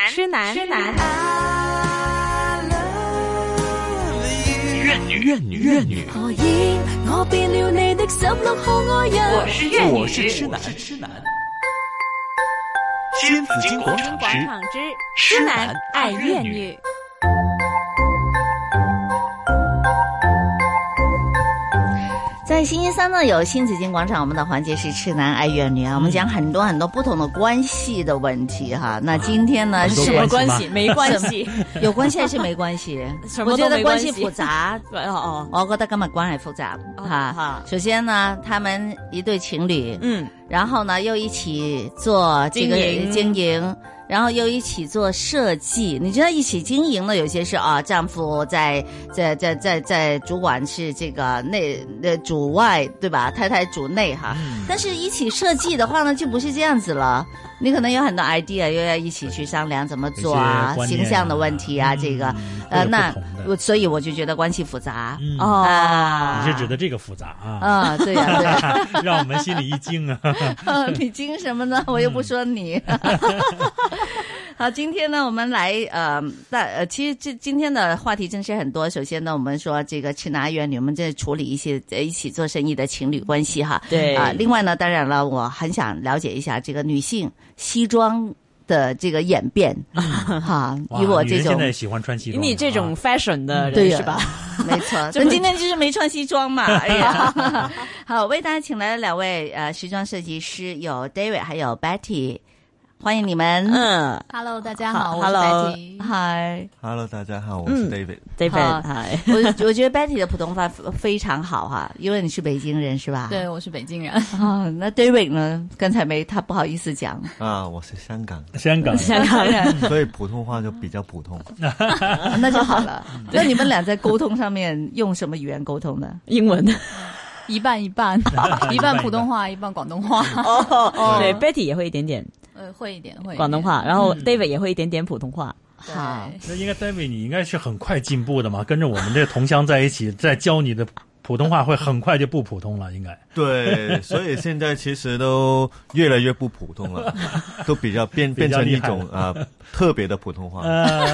怨女。 何以我變了你的16號愛人？ 我是痴男。新紫荊廣場之痴男愛怨女。 在星期三呢，有新紫荊广场，我们的环节是痴男爱怨女啊，我们讲很多很多不同的关系的问题哈。那今天呢， 什么关系？没关系， 有关系还是没关系？我觉得关系复杂。我觉得今日關係複雜哈。首先呢，他們一對情侶，然後呢又一起做這個經營。然後又一起做設計，你知道一起經營呢，有些是丈夫在主管是這個主外，對吧？太太主內哈。但是一起設計的話呢，就不是這樣子了。你可能有很多 idea，又要一起去商量怎麼做啊，形象的問題啊，這個那所以我就覺得關係複雜你是指的這個複雜啊？ 對呀，對。 讓我們心裡一驚啊！ 你驚什麼呢？我又不說你。好，今天呢，我們來其實今天的話題真是很多。首先呢，我們說這個痴男愛怨女，我們在處理一些一起做生意的情侶關係哈。對另外呢，當然了，我很想了解一下這個女性西裝的這個演變哈。以我這種現在喜歡穿西裝， 你這種 fashion 的人對是吧？ 沒錯，但今天就是沒穿西裝嘛。哎呀，好，為大家請來了兩位時裝設計師，有 David 還有 Betty。歡迎你們。 Hello， 大家好，我是 Betty。嗨 Hello， 大家好，我是 David。 David， 嗨。我覺得 Betty 的普通話非常好哈，因為你是北京人是吧？ 對，我是北京人。 那 David 呢？剛才他不好意思講。 我是香港人， 所以普通話就比較普通。 那就好了。那你們倆在溝通上面用什麼語言溝通呢？ 英文。 一半一半，一半普通話，一半廣東話。 對 ，Betty 也會一點點。 會一點廣東話，然後 David 也會一點點普通話。 好， 那應該 David 你應該是很快進步的嘛，跟着我們這個同鄉在一起，在教你的普通話會很快就不普通了，應該。 對，所以現在其實都越來越不普通了，都比較變成一種特別的普通話。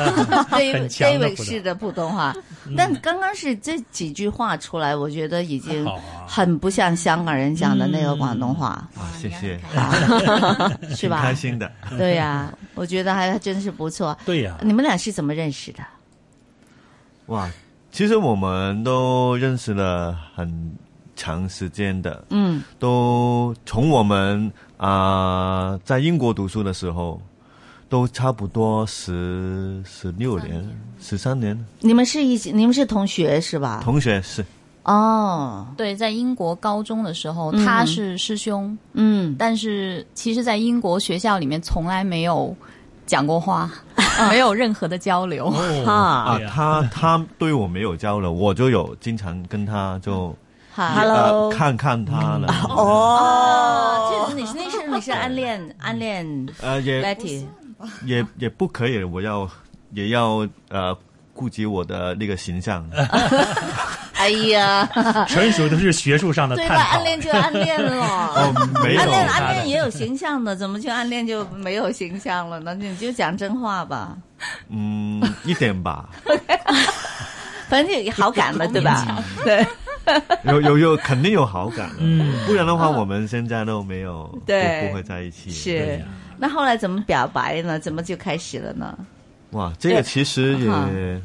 David 式的普通話，但剛剛是這幾句話出來，我覺得已經很不像香港人講的那個廣東話。 謝謝， 是吧？ 挺開心的。 對呀，我覺得還真是不錯。 對呀， 你們倆是怎麼認識的？ 哇，其實我們都認識了很長時間的，都從我們在英國讀書的時候，都差不多16年、13年。 你們是同學是吧？ 同學是。 對，在英國高中的時候，他是師兄，但是其實在英國學校裡面從來沒有講過話，沒有任何的交流。 他對我沒有交流，我就有經常跟他就看他了。 就是你是暗戀Betty， 也不可以，也要顧及我的那個形象。 哎呀， 純屬都是學術上的探討。 對吧？暗戀就暗戀了。 沒有暗戀也有形象的，怎麼就暗戀就沒有形象了呢？你就講真話吧。 一點吧。 反正有好感了，對吧？對。 有肯定有好感了，不然的話我們現在都沒有，都不會在一起。 是。那後來怎麼表白呢？怎麼就開始了呢？ 哇，這個其實也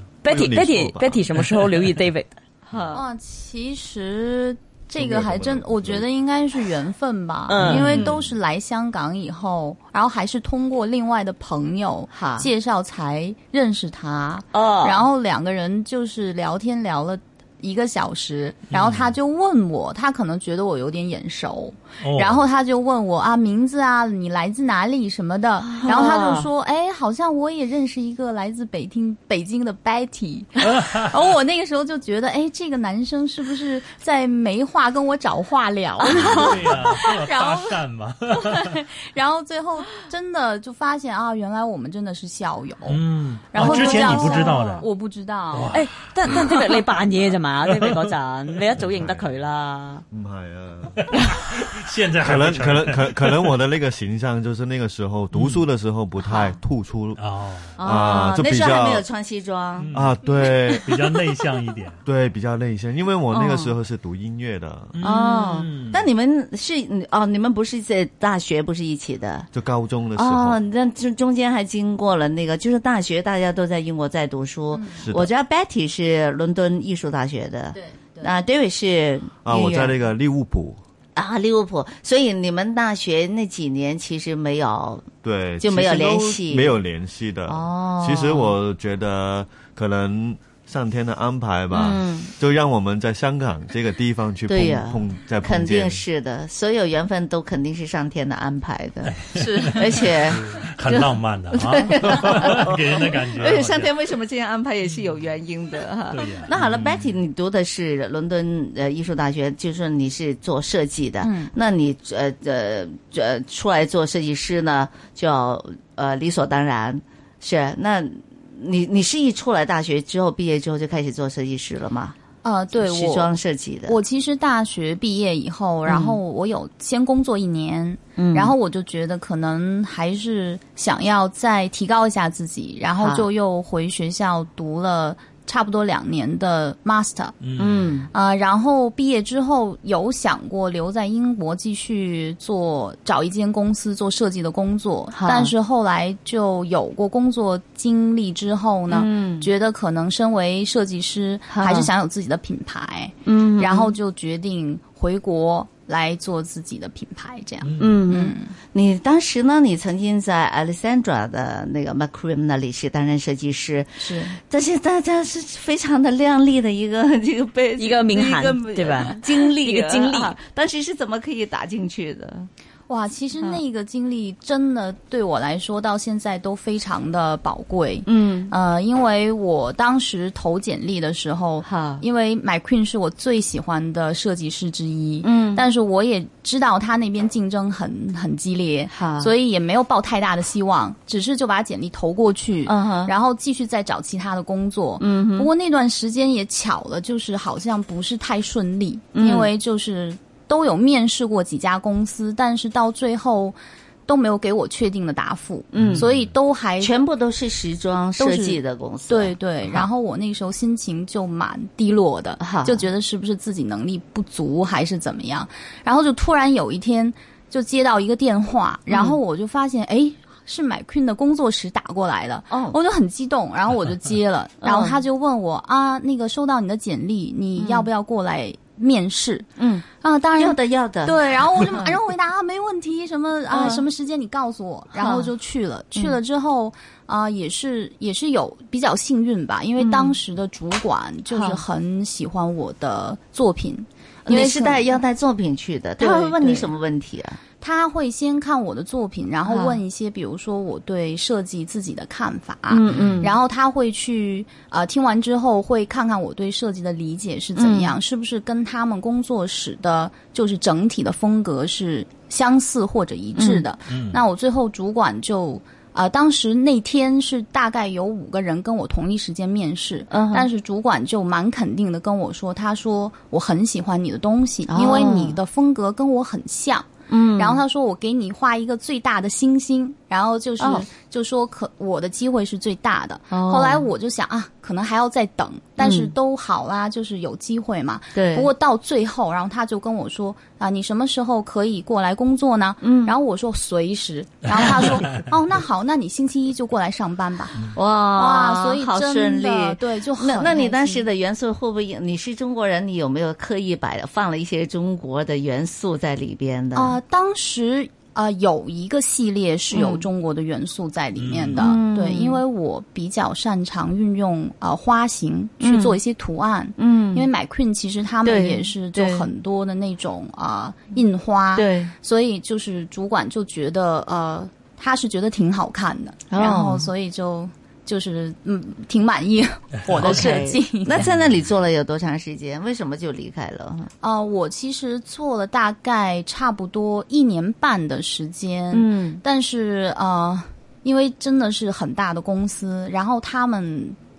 Betty 什麼時候留意 David？ 其實這個還真，我覺得應該是緣分吧，因為都是來香港以後，然後還是通過另外的朋友介紹才認識他，然後兩個人就是聊天聊了1個小時，然後他就問我，他可能覺得我有點眼熟，然後他就問我名字啊，你來自哪裡什麼的，然後他就說，好像我也認識一個來自北京的 Betty， 然後我那個時候就覺得，這個男生是不是在沒話跟我找話聊？ 對呀，搭訕嘛。 然後最後真的就發現原來我們真的是校友。然後之前你不知道的， 我不知道。 但 David 你扮嘢啫嘛？David 嗰陣你一早認得佢啦。 唔係啊。 现在可能我的那个形象就是那个时候读书的时候不太突出就比较那时候还没有穿西装啊，对， 比较内向一点， 对，比较内向，因为我那个时候是读音乐的但你们是你们不是在大学不是一起的， 就高中的时候那中间还经过了那个就是大学大家都在英国在读书，我知道 Betty 是伦敦艺术大学的， 对。 David 是我在那个利物浦利物浦，所以你们大学那几年其实没有就没有联系， 没有联系的其实我觉得可能上天的安排吧，就让我们在香港这个地方去碰见， 肯定是的，所有缘分都肯定是上天的安排的，是，而且很浪漫的给人的感觉。 而且上天为什么这样安排也是有原因的哈。 对呀。 那好了 ，Betty， 你读的是伦敦艺术大学，就是你是做设计的，那你出来做设计师呢，就理所当然是那。你是一出来大学之后毕业之后就开始做设计师了吗？ 对， 时装设计的。 我其实大学毕业以后，然后我有先工作1年，然后我就觉得可能还是想要再提高一下自己，然后就又回学校读了差不多2年的 master， 然后毕业之后有想过留在英国继续找一间公司做设计的工作，但是后来就有过工作经历之后呢，觉得可能身为设计师还是想有自己的品牌，然后就决定回国来做自己的品牌，这样。 你当时呢？你曾经在 Alexandra 的那个 McQueen 那里是担任设计师， 是， 但是大家是非常的亮丽的一个名函，对吧？ 经历， 一个经历， 当时是怎么可以打进去的？ 哇，其实那个经历真的对我来说到现在都非常的宝贵。因为我当时投简历的时候，因为 McQueen 是我最喜欢的设计师之一，但是我也知道他那边竞争很激烈，所以也没有抱太大的希望，只是就把简历投过去，然后继续再找其他的工作。不过那段时间也巧了，就是好像不是太顺利，因为就是都有面试过几家公司，但是到最后都没有给我确定的答复，所以全部都是时装设计的公司。对对，然后我那个时候心情就蛮低落的，就觉得是不是自己能力不足还是怎么样，然后就突然有一天就接到一个电话，然后我就发现是McQueen 的工作室打过来的，我就很激动，然后我就接了，然后他就问我那个收到你的简历，你要不要过来面试？当然要的。对，然后我就马上回答没问题，什么什么时间你告诉我，然后就去了。去了之后也是有比较幸运吧，因为当时的主管就是很喜欢我的作品，因为是要带作品去的，他会问你什么问题啊？他会先看我的作品，然后问一些比如说我对设计自己的看法，然后他会去听完之后会看看我对设计的理解是怎样，是不是跟他们工作室的就是整体的风格是相似或者一致的。那我最后主管就当时那天是大概有5个人跟我同一时间面试，但是主管就蛮肯定的跟我说，他说我很喜欢你的东西，因为你的风格跟我很像。然后他说我给你画一个最大的星星，然后就说我的机会是最大的。后来我就想可能还要再等，但是都好啦，就是有机会嘛。对。不过到最后，然后他就跟我说你什么时候可以过来工作呢？然后我说随时。然后他说那好，那你星期1就过来上班吧。哇，所以好顺利。 对，就那你当时的元素会不会？你是中国人，你有没有刻意放了一些中国的元素在里边的？ 当时有一个系列是有中国的元素在里面的，对，因为我比较擅长运用花型去做一些图案，因为McQueen其实他们也是就很多的那种印花，对，所以就是主管就觉得他是觉得挺好看的，然后所以就是挺满意我的设计。 那在那里做了有多长时间？为什么就离开了？ 我其实做了大概差不多1年半的时间，但是因为真的是很大的公司，然后他们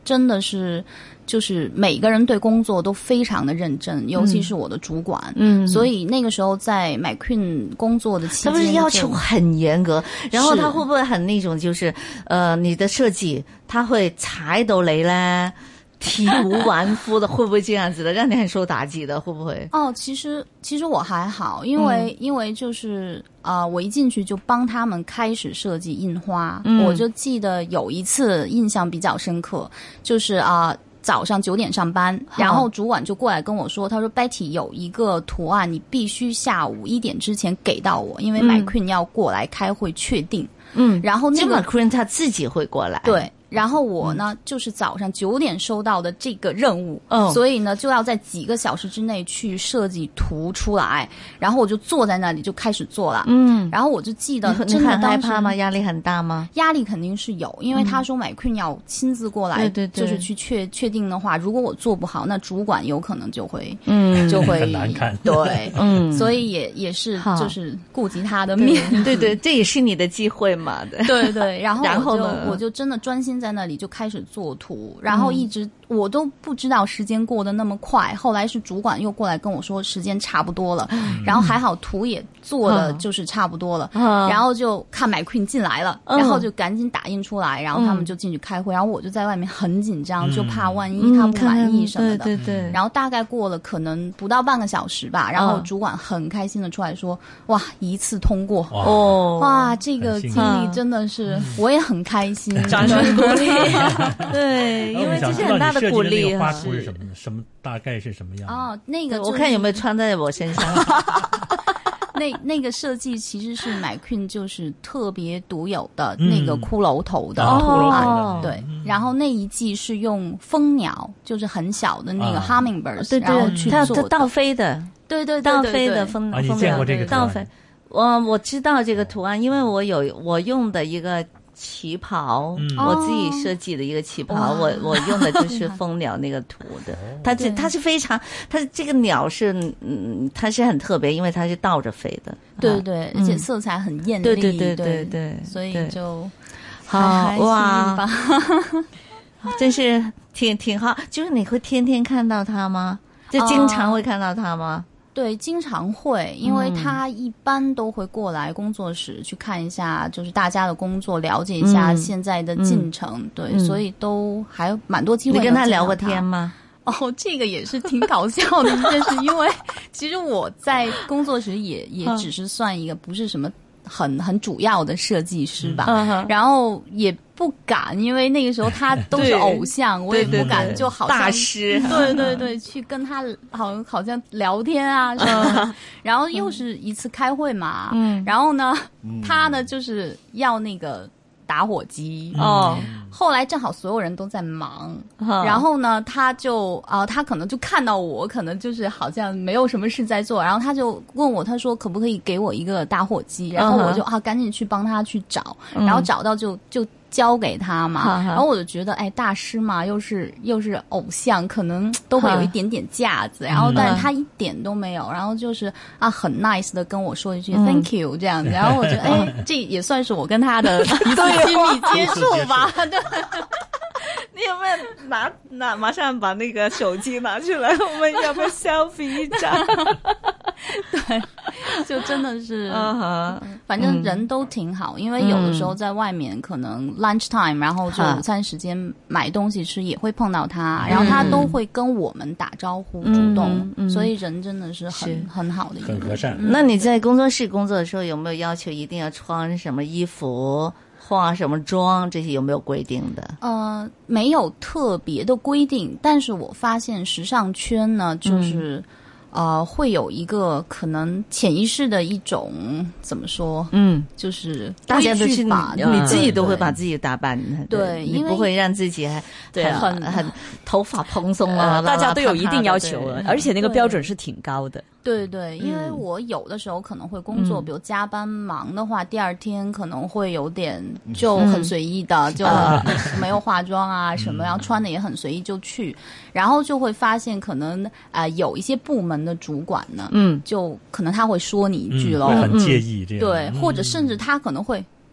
真的是就是每个人对工作都非常的认真，尤其是我的主管。所以那个时候在 McQueen 工作的期间， 他们要求很严格，然后他会不会很那种就是你的设计他会踩到你咧？体无完肤的，会不会这样子的，让你很受打击的，会不会？ 其实我还好，因为就是我一进去就帮他们开始设计印花。我就记得有一次印象比较深刻，就是早上9点上班，然后主管就过来跟我说，他说 Betty 有一个图案，你必须下午1点之前给到我，因为 McQueen 要过来开会确定。然后那个 McQueen 他自己会过来。 对。然后我呢，就是早上9点收到的这个任务，所以呢就要在几个小时之内去设计图出来，然后我就坐在那里就开始做了。然后我就记得真的很害怕吗？压力很大吗？ 压力肯定是有，因为他说McQueen要亲自过来，就是去确定的话，如果我做不好，那主管有可能就会很难看。 对，所以也是就是顾及他的面。 对，这也是你的机会嘛。 对，然后我就真的专心在那里就开始做图，然后一直我都不知道时间过得那么快，后来是主管又过来跟我说时间差不多了，然后还好图也做的就是差不多了，然后就看McQueen进来了，然后就赶紧打印出来，然后他们就进去开会，然后我就在外面很紧张，就怕万一他不满意什么的。 对。 然后大概过了可能不到半个小时吧，然后主管很开心的出来说，哇，一次通过。哇，这个经历真的是我也很开心。 掌声鼓励。对，因为这是很大的鼓励。 花图是什么大概是什么样？ 那个我看有没有穿在我身上。 那个设计其实是McQueen就是特别独有的那个骷髅头的图案。对，然后那一季是用蜂鸟，就是很小的那个 hummingbirds， 然后去做的。 它倒飞的。对，倒飞的蜂鸟。 你见过这个倒飞？我知道这个图案，因为我用的一个旗袍，我自己设计的一个旗袍，我用的就是蜂鸟那个图的。它是非常，它这个鸟是它是很特别，因为它是倒着飞的。 对，而且色彩很艳丽。 对， 所以就好哇，真是挺好。就是你会天天看到它吗？就经常会看到它吗？ 对，经常会，因为他一般都会过来工作室去看一下，就是大家的工作，了解一下现在的进程。对，所以都还有蛮多机会。 你跟他聊过天吗？ 这个也是挺搞笑的一件事，因为其实我在工作室也只是算一个不是什么很主要的设计师吧，然后也不敢，因为那个时候他都是偶像，我也不敢，就好像大师， 对，去跟他好像聊天啊什么的。然后又是一次开会嘛，然后呢，他呢就是要那个打火机后来正好所有人都在忙，然后呢，他就他可能就看到我，可能就是好像没有什么事在做，然后他就问我，他说可不可以给我一个打火机？然后我就赶紧去帮他去找，然后找到就交给他嘛，然后我就觉得，大师嘛，又是偶像，可能都会有一点点架子，然后但是他一点都没有，然后就是很 nice 的跟我说一句 thank you 这样子，然后我觉得，这也算是我跟他的一次亲密接触吧。对， 你有没有拿马上把那个手机拿出来，我们要不要 selfie 一张？ 对，就真的是，反正人都挺好，因为有的时候在外面可能 lunch time， 然后就午餐时间买东西吃也会碰到他，然后他都会跟我们打招呼，主动，所以人真的是很好的一个人， 很和善。 那你在工作室工作的时候，有没有要求一定要穿什么衣服？化什么妆这些有没有规定的？ 没有特别的规定，但是我发现时尚圈呢，就是会有一个可能潜意识的一种怎么说？就是大家都是你自己都会把自己打扮， 对， 你不会让自己很头发蓬松大家都有一定要求了，而且那个标准是挺高的。 对，因为我有的时候可能会工作，比如加班忙的话，第二天可能会有点就很随意的，就没有化妆啊什么，然后穿的也很随意就去，然后就会发现可能有一些部门的主管呢，就可能他会说你一句咯， 会很介意这样， 对，或者甚至他可能会。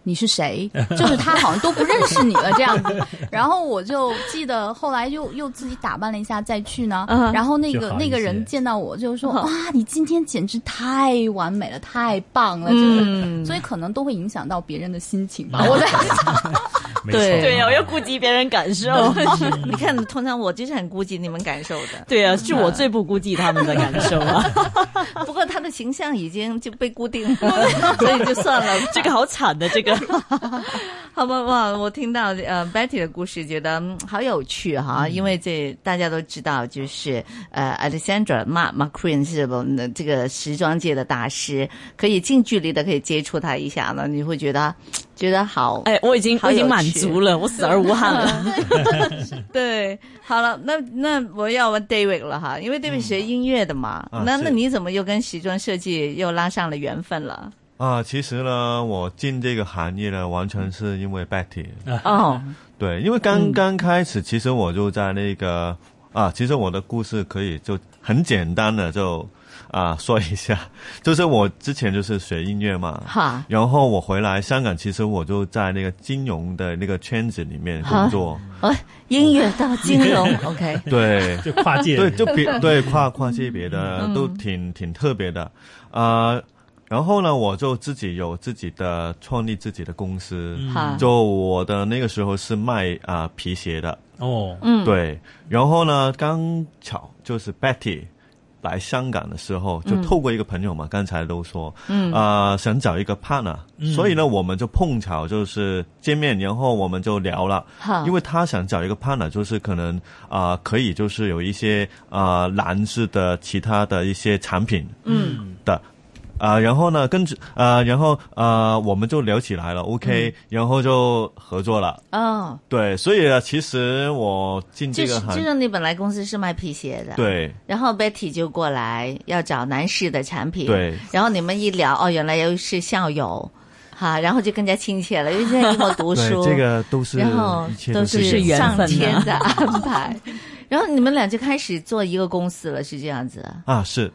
你是谁？就是他好像都不认识你了这样子。然后我就记得后来又自己打扮了一下再去呢。然后那个人见到我就说：“哇，你今天简直太完美了，太棒了！”就是所以可能都会影响到别人的心情吧。我在想。 对啊，我要顾及别人感受。 你看，通常我就是很顾及你们感受的。 对啊，是我最不顾及他们的感受啊。 不过他的形象已经就被固定了，所以就算了。 这个好惨的，这个。 好吧，哇！我听到Betty 的故事，觉得好有趣哈。因为大家都知道，就是Alexandra McQueen 是这个时装界的大师，可以近距离的可以接触他一下呢，你会觉得好。 我已经满足了，我死而无憾了。 对，好了，那我要问 David 了哈，因为 David 学音乐的嘛，那你怎么又跟时装设计又拉上了缘分了？ 其实呢，我进这个行业呢，完全是因为 Betty。对，因为刚开始，其实我就在那个其实我的故事可以就很简单的就说一下，就是我之前就是学音乐嘛，然后我回来香港，其实我就在那个金融的那个圈子里面工作。 音乐到金融，OK， 对， 就跨界， 对，就跨界别的都挺特别的然后呢，我就创立自己的公司，就我的那个时候是卖皮鞋的对，然后呢，刚巧就是 Betty 来香港的时候，就透过一个朋友嘛，刚才都说，想找一个 partner，所以呢，我们就碰巧就是见面，然后我们就聊了，因为他想找一个 partner，就是可能可以就是有一些男士的其他的一些产品的。然后呢，我们就聊起来了 ，OK，然后就合作了。对，所以其实我进这个就是你本来公司是卖皮鞋的， 对， 然后 Betty 就过来要找男士的产品， 对， 然后你们一聊，原来又是校友。然后就更加亲切了，因为现在英国读书， 对，这个都是， 然后都是上天的安排。然后你们俩就开始做一个公司了，是这样子是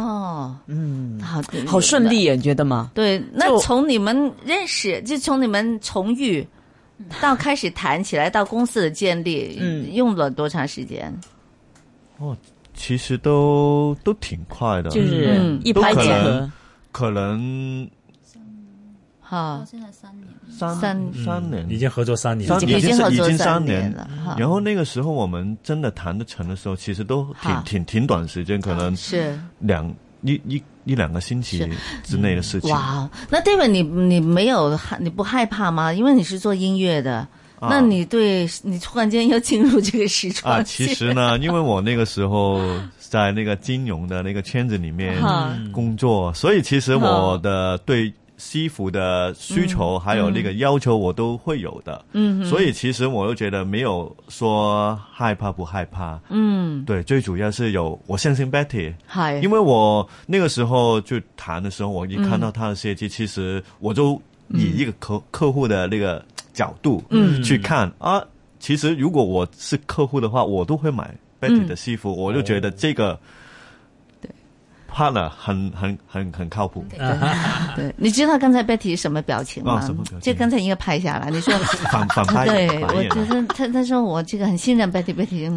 好顺利耶，你觉得吗？ 对，那从你们认识，就从你们重遇到开始谈起来，到公司的建立，用了多长时间？ 其实都挺快的， 就是一拍即合， 可能。 到现在 3年， 已经合作3年， 已经 3年了。然后那个时候我们真的谈得成的时候，其实都挺短时间，可能是一两个星期之内的事情。 哇，那 David 你不害怕吗？因为你是做音乐的。那你突然间要进入这个时装其实呢，因为我那个时候在那个金融的那个圈子里面工作，所以其实我的对西服的需求还有那个要求我都会有的，所以其实我又觉得没有说害怕不害怕，对，最主要是我相信 Betty， 因为我那个时候就谈的时候，我一看到他的设计，其实我就以一个客户的那个角度去看其实如果我是客户的话，我都会买 Betty 的西服，我就觉得这个。partner 很靠谱。 对，你知道刚才 Betty 什么表情吗？ 什么表情？ 就刚才应该拍下来。你说反拍。 对，我觉得他说我这个很信任 Betty，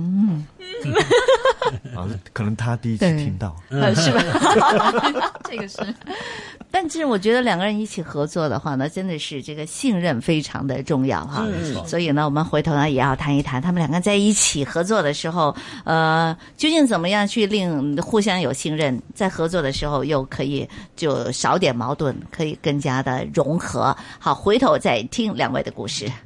可能他第一次听到， 是吧？这个是。但是我觉得两个人一起合作的话呢，真的是这个信任非常的重要哈。所以呢，我们回头呢也要谈一谈他们两个在一起合作的时候，究竟怎么样去令互相有信任，在合作的时候又可以就少点矛盾，可以更加的融合。好，回头再听两位的故事。